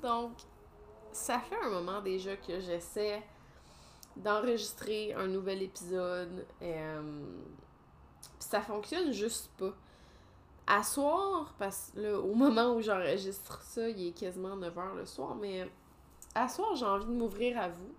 Donc, ça fait un moment déjà que j'essaie d'enregistrer un nouvel épisode. Puis ça fonctionne juste pas. À soir, parce que là, au moment où j'enregistre ça, il est quasiment 9h le soir, mais à soir, j'ai envie de m'ouvrir à vous.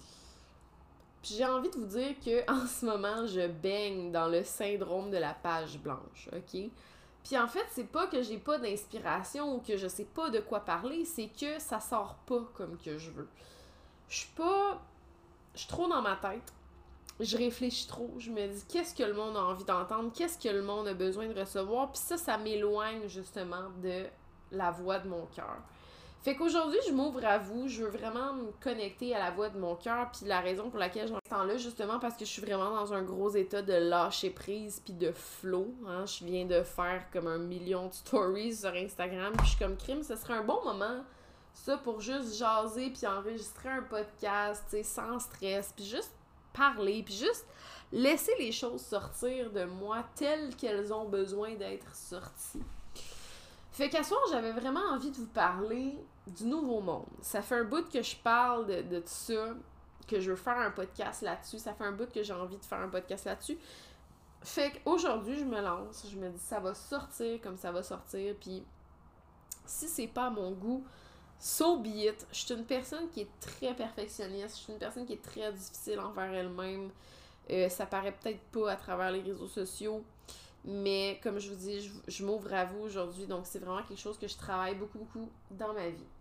Puis j'ai envie de vous dire que en ce moment, je baigne dans le syndrome de la page blanche, ok? Puis en fait, c'est pas que j'ai pas d'inspiration ou que je sais pas de quoi parler, c'est que ça sort pas comme que je veux. Je suis pas... Je suis trop dans ma tête. Je réfléchis trop. Je me dis qu'est-ce que le monde a envie d'entendre, qu'est-ce que le monde a besoin de recevoir. Puis ça m'éloigne justement de la voix de mon cœur. Fait qu'aujourd'hui, je m'ouvre à vous. Je veux vraiment me connecter à la voix de mon cœur. Puis la raison pour laquelle j'en temps là, justement, parce que je suis vraiment dans un gros état de lâcher prise puis de flow. Hein? Je viens de faire comme 1 million de stories sur Instagram. Puis je suis comme crime, ce serait un bon moment, ça, pour juste jaser puis enregistrer un podcast, tu sais, sans stress. Puis juste parler. Puis juste laisser les choses sortir de moi telles qu'elles ont besoin d'être sorties. Fait qu'à soir, j'avais vraiment envie de vous parler du nouveau monde. Ça fait un bout que je parle de tout ça, que je veux faire un podcast là-dessus. Ça fait un bout que j'ai envie de faire un podcast là-dessus. Fait qu'aujourd'hui, je me lance. Je me dis, ça va sortir comme ça va sortir. Puis, si c'est pas à mon goût, so be it. Je suis une personne qui est très perfectionniste. Je suis une personne qui est très difficile envers elle-même. Ça paraît peut-être pas à travers les réseaux sociaux. Mais comme je vous dis, je m'ouvre à vous aujourd'hui, donc c'est vraiment quelque chose que je travaille beaucoup dans ma vie.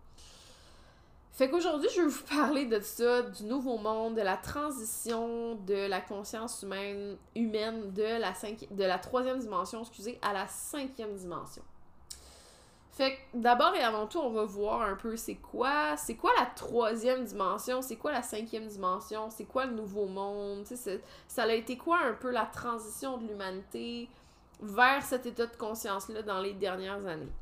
Fait qu'aujourd'hui, je vais vous parler de ça, du nouveau monde, de la transition de la conscience humaine de la 3e dimension, à la 5e dimension. Fait que d'abord et avant tout, on va voir un peu c'est quoi la 3e dimension, c'est quoi la 5e dimension, c'est quoi le nouveau monde, tu sais, ça a été quoi un peu la transition de l'humanité vers cet état de conscience-là dans les dernières années.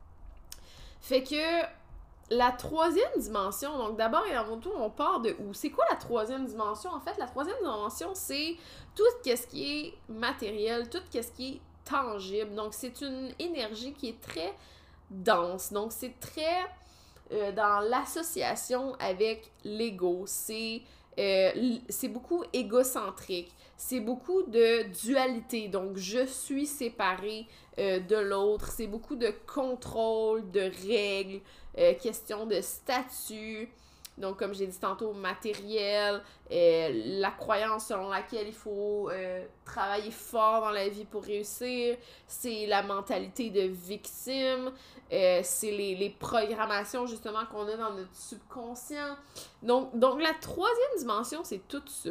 Fait que la 3e dimension, donc d'abord et avant tout, on part de où? C'est quoi la 3e dimension? En fait, la 3e dimension, c'est tout ce qui est matériel, tout ce qui est tangible. Donc, c'est une énergie qui est très dense. Donc, c'est très dans l'association avec l'ego. C'est beaucoup égocentrique. C'est beaucoup de dualité. Donc, je suis séparé de l'autre. C'est beaucoup de contrôle, de règles, question de statut. Donc, comme j'ai dit tantôt, matériel, la croyance selon laquelle il faut travailler fort dans la vie pour réussir, c'est la mentalité de victime, c'est les programmations justement qu'on a dans notre subconscient. Donc la 3e dimension, c'est tout ça.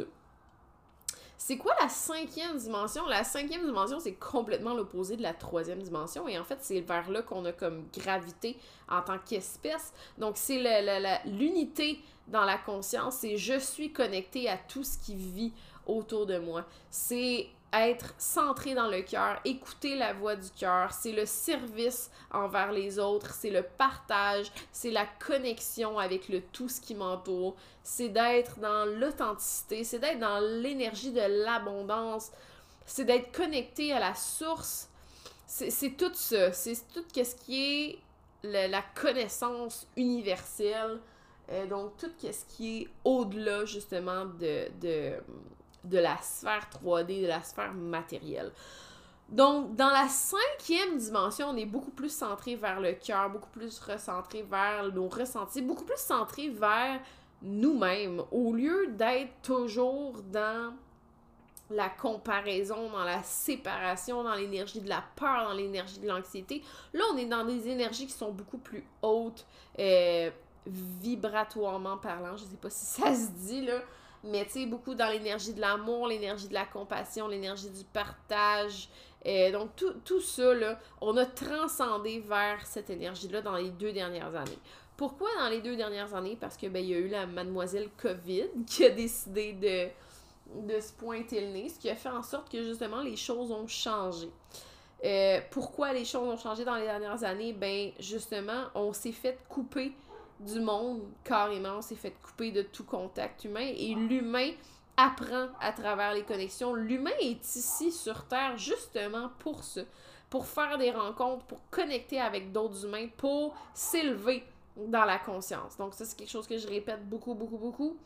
C'est quoi la 5e dimension? La 5e dimension, c'est complètement l'opposé de la 3e dimension. Et en fait, c'est vers là qu'on a comme gravité en tant qu'espèce. Donc, c'est l'unité dans la conscience. C'est je suis connecté à tout ce qui vit autour de moi. C'est être centré dans le cœur, écouter la voix du cœur, c'est le service envers les autres, c'est le partage, c'est la connexion avec le tout ce qui m'entoure, c'est d'être dans l'authenticité, c'est d'être dans l'énergie de l'abondance, c'est d'être connecté à la source, c'est tout ça, c'est tout ce qui est la connaissance universelle, donc tout ce qui est au-delà justement de la sphère 3D, de la sphère matérielle. Donc, dans la 5e dimension, on est beaucoup plus centré vers le cœur, beaucoup plus recentré vers nos ressentis, beaucoup plus centré vers nous-mêmes, au lieu d'être toujours dans la comparaison, dans la séparation, dans l'énergie de la peur, dans l'énergie de l'anxiété. Là, on est dans des énergies qui sont beaucoup plus hautes, vibratoirement parlant, je sais pas si ça se dit, là, mais tu sais, beaucoup dans l'énergie de l'amour, l'énergie de la compassion, l'énergie du partage. Donc, tout ça, là, on a transcendé vers cette énergie-là dans les 2 dernières années. Pourquoi dans les 2 dernières années? Parce que, il y a eu la mademoiselle COVID qui a décidé de se pointer le nez, ce qui a fait en sorte que, justement, les choses ont changé. Pourquoi les choses ont changé dans les dernières années? Justement, on s'est fait couper du monde, carrément, on s'est fait couper de tout contact humain et l'humain apprend à travers les connexions. L'humain est ici sur Terre justement pour ça, pour faire des rencontres, pour connecter avec d'autres humains, pour s'élever dans la conscience. Donc ça, c'est quelque chose que je répète beaucoup, beaucoup, beaucoup.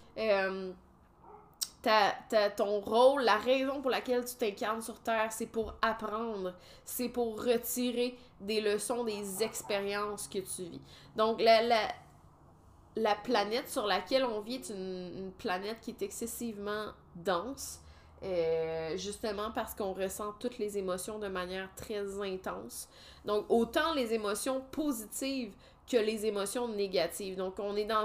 Ton rôle, la raison pour laquelle tu t'incarnes sur Terre, c'est pour apprendre, c'est pour retirer des leçons des expériences que tu vis. Donc, la planète sur laquelle on vit est une planète qui est excessivement dense, justement parce qu'on ressent toutes les émotions de manière très intense. Donc, autant les émotions positives que les émotions négatives. Donc, on est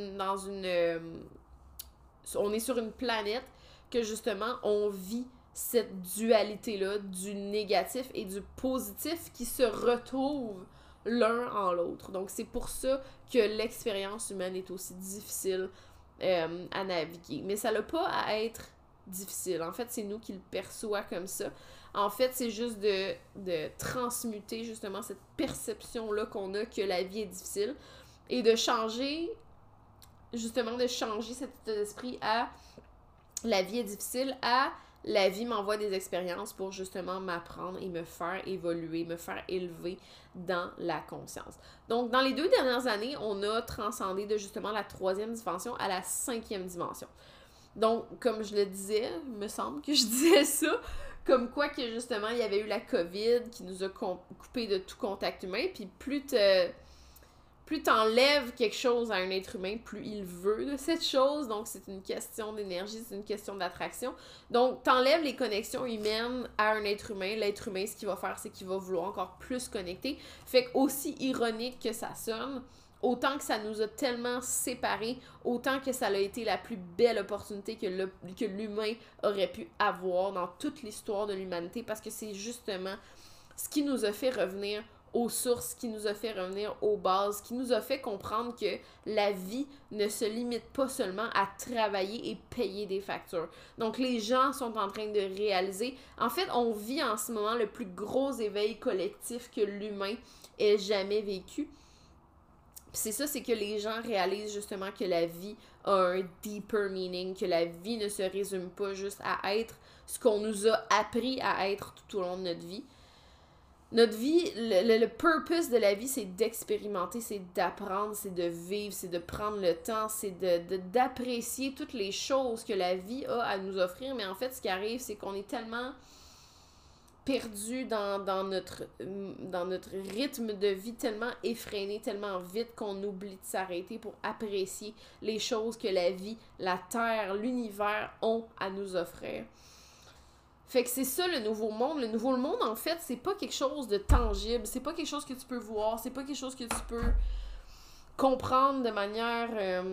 on est sur une planète que justement on vit cette dualité-là du négatif et du positif qui se retrouvent l'un en l'autre. Donc c'est pour ça que l'expérience humaine est aussi difficile à naviguer. Mais ça n'a pas à être difficile. En fait, c'est nous qui le perçoit comme ça. En fait, c'est juste de transmuter justement cette perception-là qu'on a que la vie est difficile et de changer cet état d'esprit à la vie est difficile à la vie m'envoie des expériences pour justement m'apprendre et me faire évoluer, me faire élever dans la conscience. Donc, dans les 2 dernières années, on a transcendé de justement la 3e dimension à la 5e dimension. Donc, comme je le disais, il me semble que je disais ça, comme quoi que justement, il y avait eu la COVID qui nous a coupé de tout contact humain, puis plus t'enlèves quelque chose à un être humain, plus il veut de cette chose. Donc, c'est une question d'énergie, c'est une question d'attraction. Donc, t'enlèves les connexions humaines à un être humain. L'être humain, ce qu'il va faire, c'est qu'il va vouloir encore plus connecter. Fait que, aussi ironique que ça sonne, autant que ça nous a tellement séparés, autant que ça a été la plus belle opportunité que l'humain aurait pu avoir dans toute l'histoire de l'humanité, parce que c'est justement ce qui nous a fait revenir aux sources, qui nous a fait revenir aux bases, qui nous a fait comprendre que la vie ne se limite pas seulement à travailler et payer des factures. Donc, les gens sont en train de réaliser. En fait, on vit en ce moment le plus gros éveil collectif que l'humain ait jamais vécu. Puis c'est ça, c'est que les gens réalisent justement que la vie a un deeper meaning, que la vie ne se résume pas juste à être ce qu'on nous a appris à être tout au long de notre vie. Notre vie, le purpose de la vie, c'est d'expérimenter, c'est d'apprendre, c'est de vivre, c'est de prendre le temps, c'est d'apprécier toutes les choses que la vie a à nous offrir. Mais en fait, ce qui arrive, c'est qu'on est tellement perdu dans notre rythme de vie, tellement effréné, tellement vite qu'on oublie de s'arrêter pour apprécier les choses que la vie, la terre, l'univers ont à nous offrir. Fait que c'est ça le nouveau monde. Le nouveau monde, en fait, c'est pas quelque chose de tangible. C'est pas quelque chose que tu peux voir. C'est pas quelque chose que tu peux comprendre de manière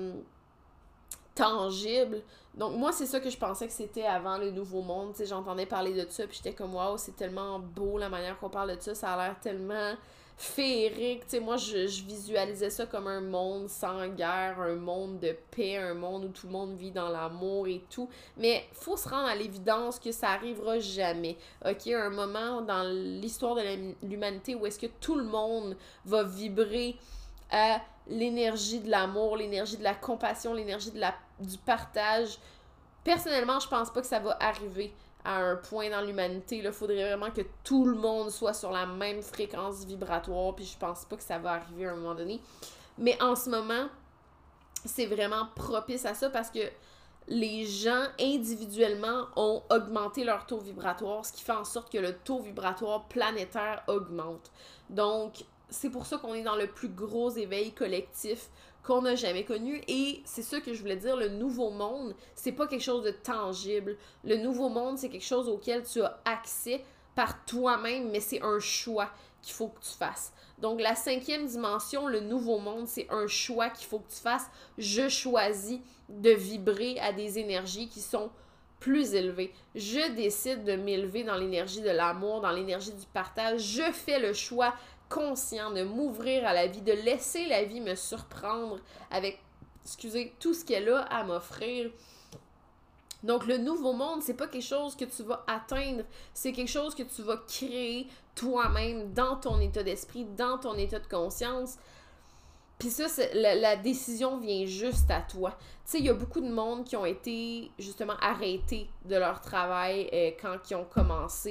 tangible. Donc, moi, c'est ça que je pensais que c'était avant le nouveau monde. Tu sais, j'entendais parler de ça, puis j'étais comme, waouh, c'est tellement beau la manière qu'on parle de ça. Ça a l'air tellement féerique. Tu sais, moi, je visualisais ça comme un monde sans guerre, un monde de paix, un monde où tout le monde vit dans l'amour et tout. Mais faut se rendre à l'évidence que ça arrivera jamais. OK, un moment dans l'histoire de l'humanité où est-ce que tout le monde va vibrer à l'énergie de l'amour, l'énergie de la compassion, l'énergie du partage. Personnellement, je pense pas que ça va arriver à un point dans l'humanité. Il faudrait vraiment que tout le monde soit sur la même fréquence vibratoire, puis je pense pas que ça va arriver à un moment donné. Mais en ce moment, c'est vraiment propice à ça parce que les gens individuellement ont augmenté leur taux vibratoire, ce qui fait en sorte que le taux vibratoire planétaire augmente. Donc, c'est pour ça qu'on est dans le plus gros éveil collectif qu'on n'a jamais connu. Et c'est ça que je voulais dire, le nouveau monde, c'est pas quelque chose de tangible. Le nouveau monde, c'est quelque chose auquel tu as accès par toi-même, mais c'est un choix qu'il faut que tu fasses. Donc, la 5e dimension, le nouveau monde, c'est un choix qu'il faut que tu fasses. Je choisis de vibrer à des énergies qui sont plus élevées. Je décide de m'élever dans l'énergie de l'amour, dans l'énergie du partage. Je fais le choix conscient de m'ouvrir à la vie, de laisser la vie me surprendre avec, tout ce qu'elle a à m'offrir. Donc, le nouveau monde, c'est pas quelque chose que tu vas atteindre, c'est quelque chose que tu vas créer toi-même dans ton état d'esprit, dans ton état de conscience. Puis ça, la décision vient juste à toi. Tu sais, il y a beaucoup de monde qui ont été justement arrêtés de leur travail quand ils ont commencé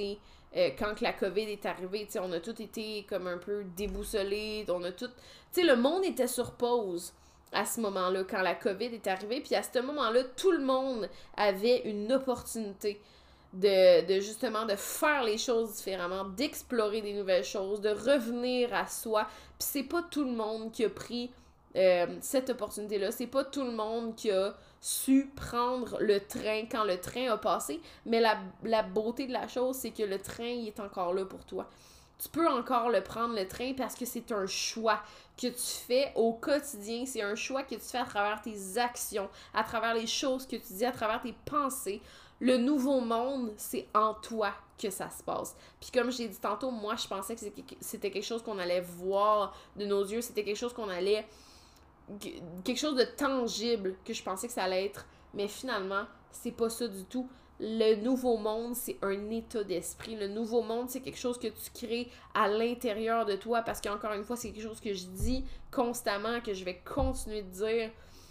quand que la COVID est arrivée, tu sais, on a tous été comme un peu déboussolés, on a tout... Tu sais, le monde était sur pause à ce moment-là, quand la COVID est arrivée, puis à ce moment-là, tout le monde avait une opportunité de justement de faire les choses différemment, d'explorer des nouvelles choses, de revenir à soi. Puis c'est pas tout le monde qui a pris cette opportunité-là, c'est pas tout le monde qui a su prendre le train quand le train a passé, mais la beauté de la chose, c'est que le train, il est encore là pour toi. Tu peux encore le prendre, le train, parce que c'est un choix que tu fais au quotidien. C'est un choix que tu fais à travers tes actions, à travers les choses que tu dis, à travers tes pensées. Le nouveau monde, c'est en toi que ça se passe. Puis comme j'ai dit tantôt, moi, je pensais que c'était quelque chose qu'on allait voir de nos yeux. C'était quelque chose qu'on allait... quelque chose de tangible que je pensais que ça allait être. Mais finalement, c'est pas ça du tout. Le nouveau monde, c'est un état d'esprit. Le nouveau monde, c'est quelque chose que tu crées à l'intérieur de toi, parce qu'encore une fois, c'est quelque chose que je dis constamment, que je vais continuer de dire.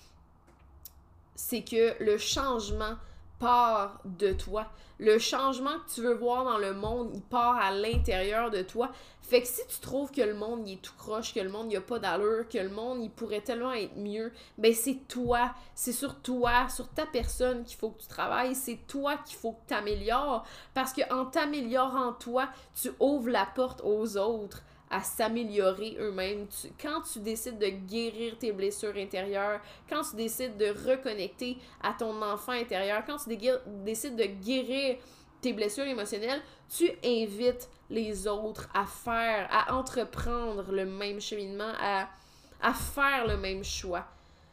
C'est que le changement part de toi. Le changement que tu veux voir dans le monde, il part à l'intérieur de toi. Fait que si tu trouves que le monde, il est tout croche, que le monde, il a pas d'allure, que le monde, il pourrait tellement être mieux, ben c'est toi, c'est sur toi, sur ta personne qu'il faut que tu travailles, c'est toi qu'il faut que tu améliores, parce qu'en t'améliorant toi, tu ouvres la porte aux autres à s'améliorer eux-mêmes. Quand tu décides de guérir tes blessures intérieures, quand tu décides de reconnecter à ton enfant intérieur, quand tu décides de guérir tes blessures émotionnelles, tu invites les autres à entreprendre le même cheminement, à faire le même choix.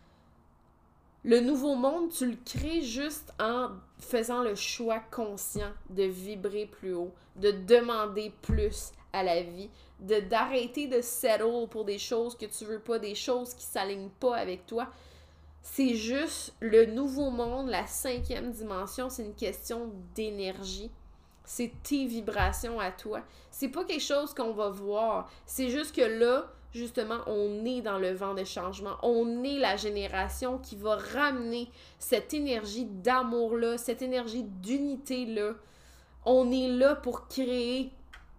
Le nouveau monde, tu le crées juste en faisant le choix conscient de vibrer plus haut, de demander plus à la vie, d'arrêter de settle pour des choses que tu veux pas, des choses qui s'alignent pas avec toi. C'est juste le nouveau monde, la 5e dimension, c'est une question d'énergie. C'est tes vibrations à toi. C'est pas quelque chose qu'on va voir. C'est juste que là, justement, on est dans le vent des changements. On est la génération qui va ramener cette énergie d'amour-là, cette énergie d'unité-là. On est là pour créer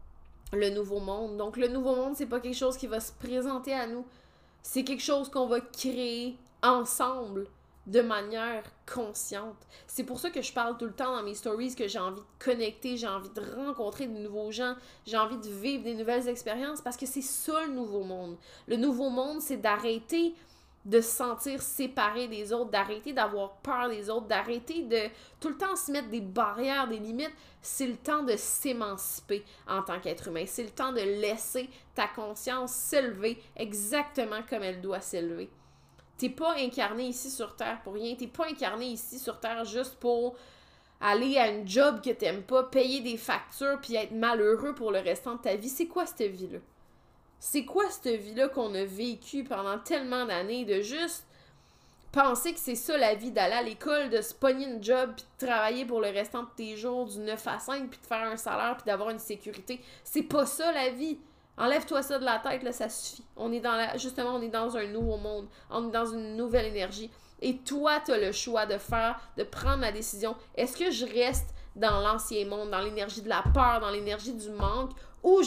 le nouveau monde. Donc, le nouveau monde, c'est pas quelque chose qui va se présenter à nous. C'est quelque chose qu'on va créer ensemble de manière consciente. C'est pour ça que je parle tout le temps dans mes stories que j'ai envie de connecter, j'ai envie de rencontrer de nouveaux gens, j'ai envie de vivre des nouvelles expériences, parce que c'est ça le nouveau monde. Le nouveau monde, c'est d'arrêter de se sentir séparé des autres, d'arrêter d'avoir peur des autres, d'arrêter de tout le temps se mettre des barrières, des limites. C'est le temps de s'émanciper en tant qu'être humain. C'est le temps de laisser ta conscience s'élever exactement comme elle doit s'élever. T'es pas incarné ici sur Terre pour rien. T'es pas incarné ici sur Terre juste pour aller à une job que t'aimes pas, payer des factures puis être malheureux pour le restant de ta vie. C'est quoi cette vie-là? C'est quoi cette vie-là qu'on a vécue pendant tellement d'années, de juste penser que c'est ça la vie, d'aller à l'école, de se pogner une job, puis de travailler pour le restant de tes jours du 9 à 5, puis de faire un salaire, puis d'avoir une sécurité. C'est pas ça la vie. Enlève-toi ça de la tête, là, ça suffit. Justement, on est dans un nouveau monde. On est dans une nouvelle énergie. Et toi, tu as le choix de prendre la décision. Est-ce que je reste dans l'ancien monde, dans l'énergie de la peur, dans l'énergie du manque, ou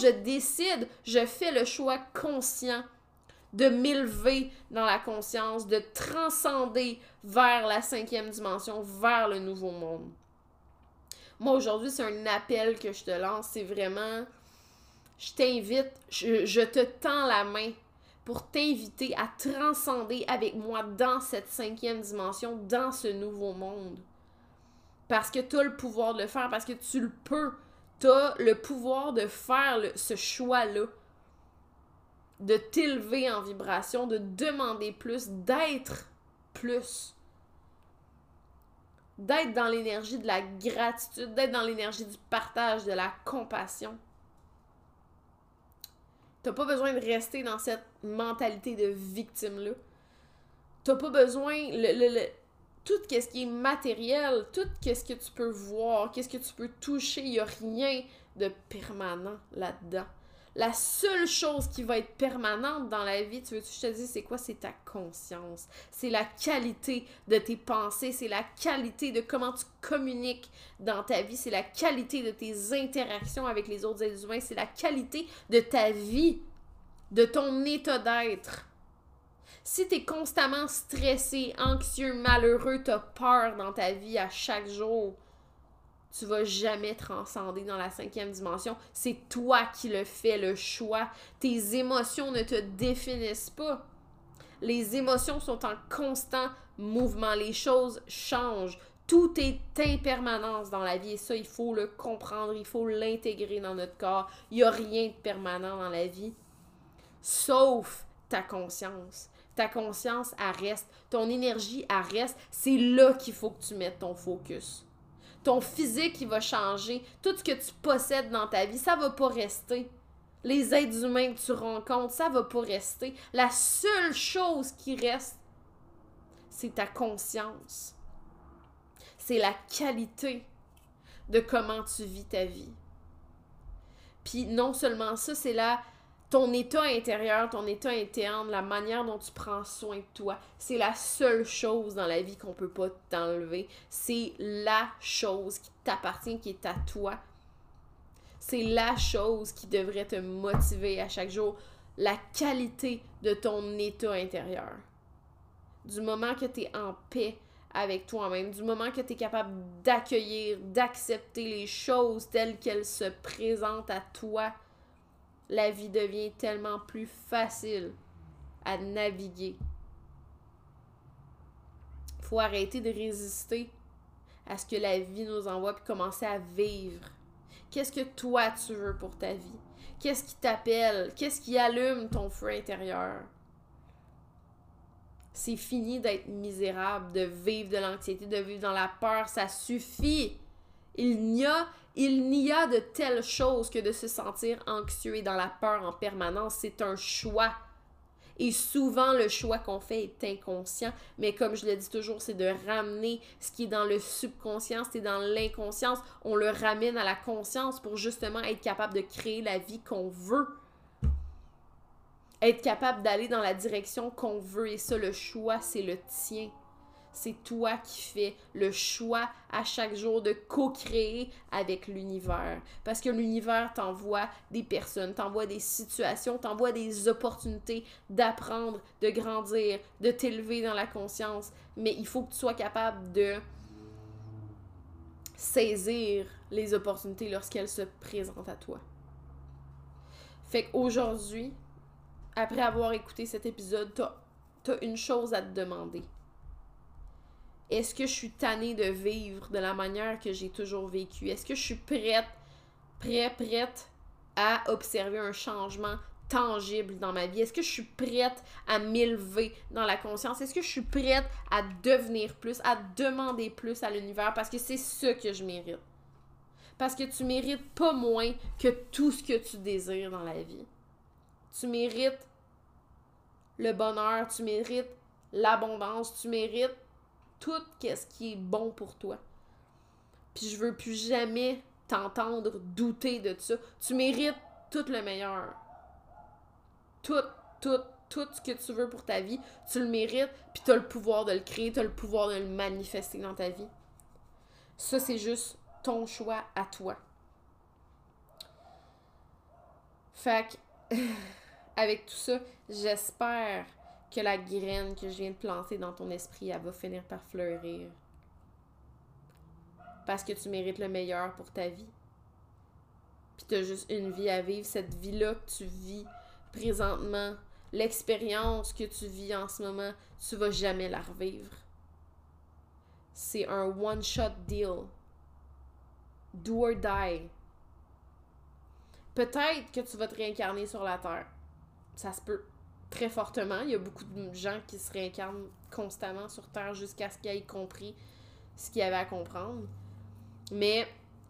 je fais le choix conscient de m'élever dans la conscience, de transcender vers la 5e dimension, vers le nouveau monde. Moi, aujourd'hui, c'est un appel que je te lance. C'est vraiment, je t'invite, je te tends la main pour t'inviter à transcender avec moi dans cette 5e dimension, dans ce nouveau monde. Parce que tu as le pouvoir de le faire, parce que tu le peux. Tu as le pouvoir de faire ce choix-là, de t'élever en vibration, de demander plus, d'être plus. D'être dans l'énergie de la gratitude, d'être dans l'énergie du partage, de la compassion. T'as pas besoin de rester dans cette mentalité de victime-là. T'as pas besoin... tout ce qui est matériel, tout ce que tu peux voir, qu'est-ce que tu peux toucher, il n'y a rien de permanent là-dedans. La seule chose qui va être permanente dans la vie, tu veux que je te dise, c'est quoi? C'est ta conscience. C'est la qualité de tes pensées, c'est la qualité de comment tu communiques dans ta vie, c'est la qualité de tes interactions avec les autres êtres humains, c'est la qualité de ta vie, de ton état d'être. Si tu es constamment stressé, anxieux, malheureux, tu as peur dans ta vie à chaque jour, tu vas jamais transcender dans la 5e dimension. C'est toi qui le fais, le choix. Tes émotions ne te définissent pas. Les émotions sont en constant mouvement. Les choses changent. Tout est impermanence dans la vie. Et ça, il faut le comprendre. Il faut l'intégrer dans notre corps. Il n'y a rien de permanent dans la vie. Sauf ta conscience. Ta conscience, elle reste. Ton énergie, elle reste. C'est là qu'il faut que tu mettes ton focus. Ton physique, il va changer. Tout ce que tu possèdes dans ta vie, ça va pas rester. Les êtres humains que tu rencontres, ça va pas rester. La seule chose qui reste, c'est ta conscience. C'est la qualité de comment tu vis ta vie. Puis non seulement ça, c'est ton état intérieur, ton état interne, la manière dont tu prends soin de toi, c'est la seule chose dans la vie qu'on peut pas t'enlever. C'est la chose qui t'appartient, qui est à toi. C'est la chose qui devrait te motiver à chaque jour. La qualité de ton état intérieur. Du moment que tu es en paix avec toi-même, du moment que tu es capable d'accueillir, d'accepter les choses telles qu'elles se présentent à toi, la vie devient tellement plus facile à naviguer. Il faut arrêter de résister à ce que la vie nous envoie puis commencer à vivre. Qu'est-ce que toi tu veux pour ta vie? Qu'est-ce qui t'appelle? Qu'est-ce qui allume ton feu intérieur? C'est fini d'être misérable, de vivre de l'anxiété, de vivre dans la peur. Ça suffit. Il n'y a de telle chose que de se sentir anxieux et dans la peur en permanence. C'est un choix. Et souvent, le choix qu'on fait est inconscient. Mais comme je le dis toujours, c'est de ramener ce qui est dans le subconscient, c'est dans l'inconscience. On le ramène à la conscience pour justement être capable de créer la vie qu'on veut. Être capable d'aller dans la direction qu'on veut. Et ça, le choix, c'est le tien. C'est toi qui fais le choix à chaque jour de co-créer avec l'univers. Parce que l'univers t'envoie des personnes, t'envoie des situations, t'envoie des opportunités d'apprendre, de grandir, de t'élever dans la conscience. Mais il faut que tu sois capable de saisir les opportunités lorsqu'elles se présentent à toi. Fait qu'aujourd'hui, après avoir écouté cet épisode, t'as une chose à te demander. Est-ce que je suis tannée de vivre de la manière que j'ai toujours vécu? Est-ce que je suis prête à observer un changement tangible dans ma vie? Est-ce que je suis prête à m'élever dans la conscience? Est-ce que je suis prête à devenir plus, à demander plus à l'univers? Parce que c'est ça que je mérite. Parce que tu mérites pas moins que tout ce que tu désires dans la vie. Tu mérites le bonheur, tu mérites l'abondance, tu mérites tout ce qui est bon pour toi. Puis je veux plus jamais t'entendre douter de ça. Tu mérites tout le meilleur. Tout ce que tu veux pour ta vie, tu le mérites, puis tu as le pouvoir de le créer, tu as le pouvoir de le manifester dans ta vie. Ça, c'est juste ton choix à toi. Fait que, avec tout ça, j'espère que la graine que je viens de planter dans ton esprit, elle va finir par fleurir. Parce que tu mérites le meilleur pour ta vie. Puis tu as juste une vie à vivre. Cette vie-là que tu vis présentement, l'expérience que tu vis en ce moment, tu vas jamais la revivre. C'est un one-shot deal. Do or die. Peut-être que tu vas te réincarner sur la Terre. Ça se peut. Très fortement. Il y a beaucoup de gens qui se réincarnent constamment sur Terre jusqu'à ce qu'ils aient compris ce qu'il y avait à comprendre. Mais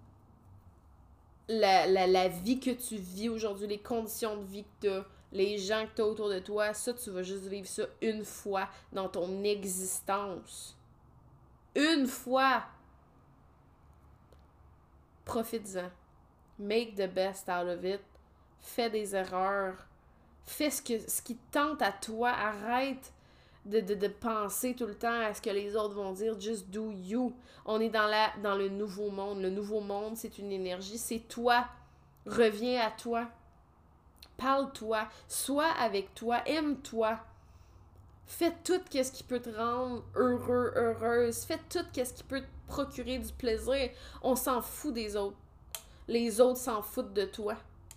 la vie que tu vis aujourd'hui, les conditions de vie que tu as, les gens que tu as autour de toi, ça, tu vas juste vivre ça une fois dans ton existence. Une fois! Profites-en. Make the best out of it. Fais des erreurs. Fais ce qui te tente à toi. Arrête de penser tout le temps à ce que les autres vont dire. Just do you. On est dans le nouveau monde. Le nouveau monde, c'est une énergie. C'est toi. Reviens à toi. Parle-toi. Sois avec toi. Aime-toi. Fais tout ce qui peut te rendre heureux, heureuse. Fais tout ce qui peut te procurer du plaisir. On s'en fout des autres. Les autres s'en foutent de toi.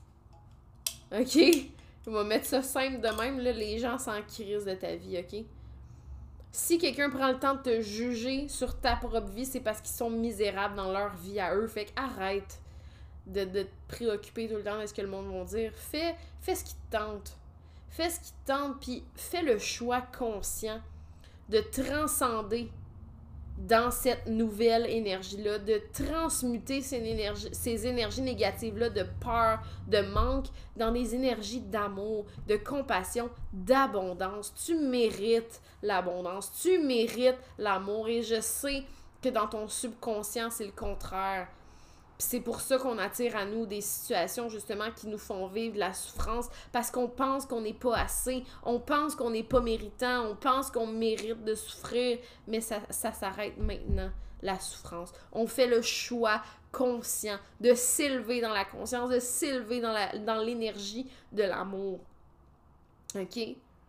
OK? On va mettre ça simple de même, là, les gens s'en crissent de ta vie, OK? Si quelqu'un prend le temps de te juger sur ta propre vie, c'est parce qu'ils sont misérables dans leur vie à eux. Fait qu'arrête de te préoccuper tout le temps de ce que le monde va dire. Fais ce qui te tente. Fais ce qui te tente, puis fais le choix conscient de transcender dans cette nouvelle énergie-là, de transmuter ces énergies négatives-là de peur, de manque, dans des énergies d'amour, de compassion, d'abondance. Tu mérites l'abondance, tu mérites l'amour, et je sais que dans ton subconscient, c'est le contraire. Puis c'est pour ça qu'on attire à nous des situations justement qui nous font vivre de la souffrance, parce qu'on pense qu'on n'est pas assez, on pense qu'on n'est pas méritant, on pense qu'on mérite de souffrir, mais ça s'arrête maintenant, la souffrance. On fait le choix conscient de s'élever dans la conscience, de s'élever dans l'énergie de l'amour. OK?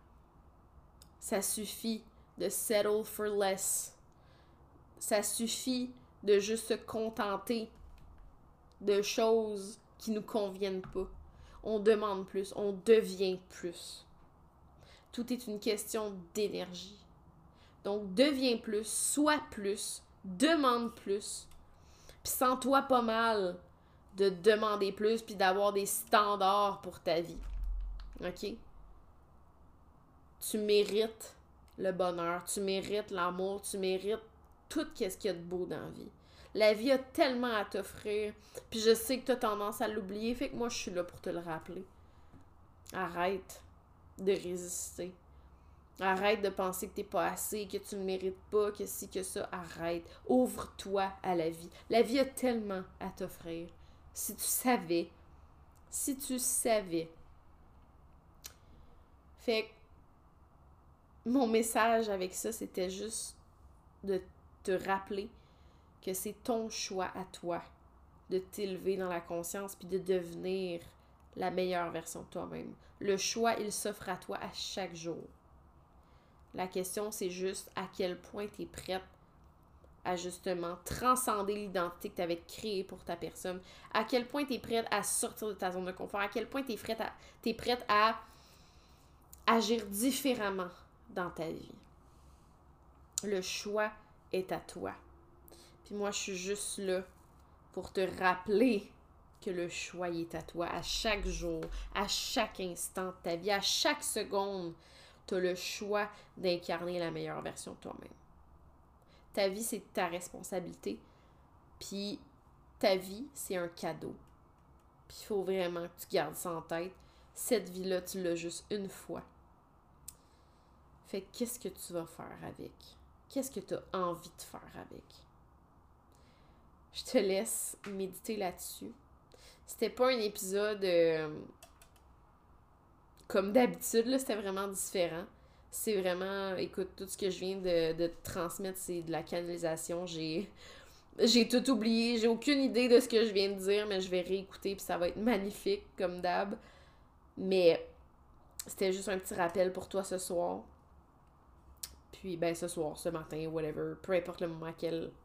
Ça suffit de settle for less. Ça suffit de juste se contenter de choses qui nous conviennent pas. On demande plus, on devient plus. Tout est une question d'énergie. Donc, deviens plus, sois plus, demande plus, puis sens-toi pas mal de demander plus, puis d'avoir des standards pour ta vie. OK? Tu mérites le bonheur, tu mérites l'amour, tu mérites tout ce qu'il y a de beau dans la vie. La vie a tellement à t'offrir. Puis je sais que tu as tendance à l'oublier. Fait que moi, je suis là pour te le rappeler. Arrête de résister. Arrête de penser que t'es pas assez, que tu ne mérites pas, que ci, que ça. Arrête. Ouvre-toi à la vie. La vie a tellement à t'offrir. Si tu savais. Si tu savais. Fait que mon message avec ça, c'était juste de te rappeler que c'est ton choix à toi de t'élever dans la conscience puis de devenir la meilleure version de toi-même. Le choix, il s'offre à toi à chaque jour. La question, c'est juste à quel point tu es prête à justement transcender l'identité que tu avais créée pour ta personne. À quel point tu es prête à sortir de ta zone de confort. À quel point tu es prête à agir différemment dans ta vie. Le choix est à toi. Puis moi, je suis juste là pour te rappeler que le choix est à toi à chaque jour, à chaque instant de ta vie, à chaque seconde. Tu as le choix d'incarner la meilleure version de toi-même. Ta vie, c'est ta responsabilité. Puis ta vie, c'est un cadeau. Puis il faut vraiment que tu gardes ça en tête. Cette vie-là, tu l'as juste une fois. Fait que qu'est-ce que tu vas faire avec? Qu'est-ce que tu as envie de faire avec? Je te laisse méditer là-dessus. C'était pas un épisode comme d'habitude, là, c'était vraiment différent. C'est vraiment, écoute, tout ce que je viens de te transmettre, c'est de la canalisation. J'ai tout oublié, j'ai aucune idée de ce que je viens de dire, mais je vais réécouter puis ça va être magnifique, comme d'hab. Mais c'était juste un petit rappel pour toi ce soir. Puis, ben, ce soir, ce matin, whatever, peu importe le moment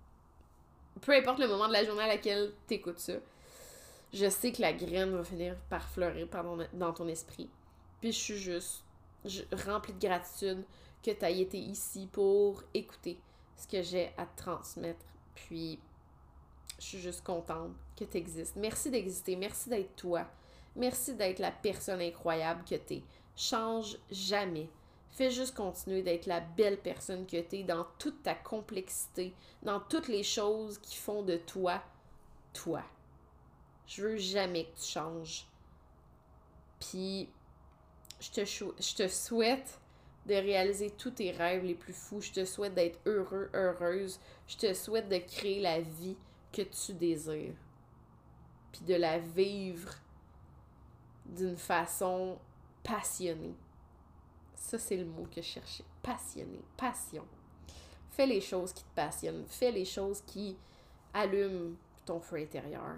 de la journée à laquelle t'écoutes ça, je sais que la graine va finir par fleurir dans ton esprit. Puis je suis juste remplie de gratitude que tu aies été ici pour écouter ce que j'ai à te transmettre. Puis je suis juste contente que tu existes. Merci d'exister, merci d'être toi. Merci d'être la personne incroyable que tu es. Change jamais. Fais juste continuer d'être la belle personne que tu es dans toute ta complexité, dans toutes les choses qui font de toi, toi. Je veux jamais que tu changes. Puis, je te souhaite de réaliser tous tes rêves les plus fous. Je te souhaite d'être heureux, heureuse. Je te souhaite de créer la vie que tu désires. Puis de la vivre d'une façon passionnée. Ça, c'est le mot que je cherchais. Passionné. Passion. Fais les choses qui te passionnent. Fais les choses qui allument ton feu intérieur.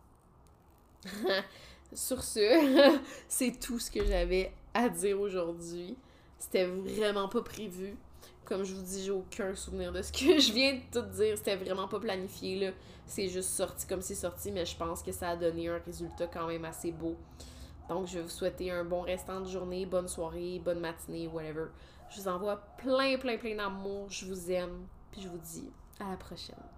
Sur ce, c'est tout ce que j'avais à dire aujourd'hui. C'était vraiment pas prévu. Comme je vous dis, j'ai aucun souvenir de ce que je viens de tout dire. C'était vraiment pas planifié, là. C'est juste sorti comme c'est sorti, mais je pense que ça a donné un résultat quand même assez beau. Donc, je vais vous souhaiter un bon restant de journée, bonne soirée, bonne matinée, whatever. Je vous envoie plein d'amour. Je vous aime. Puis je vous dis à la prochaine.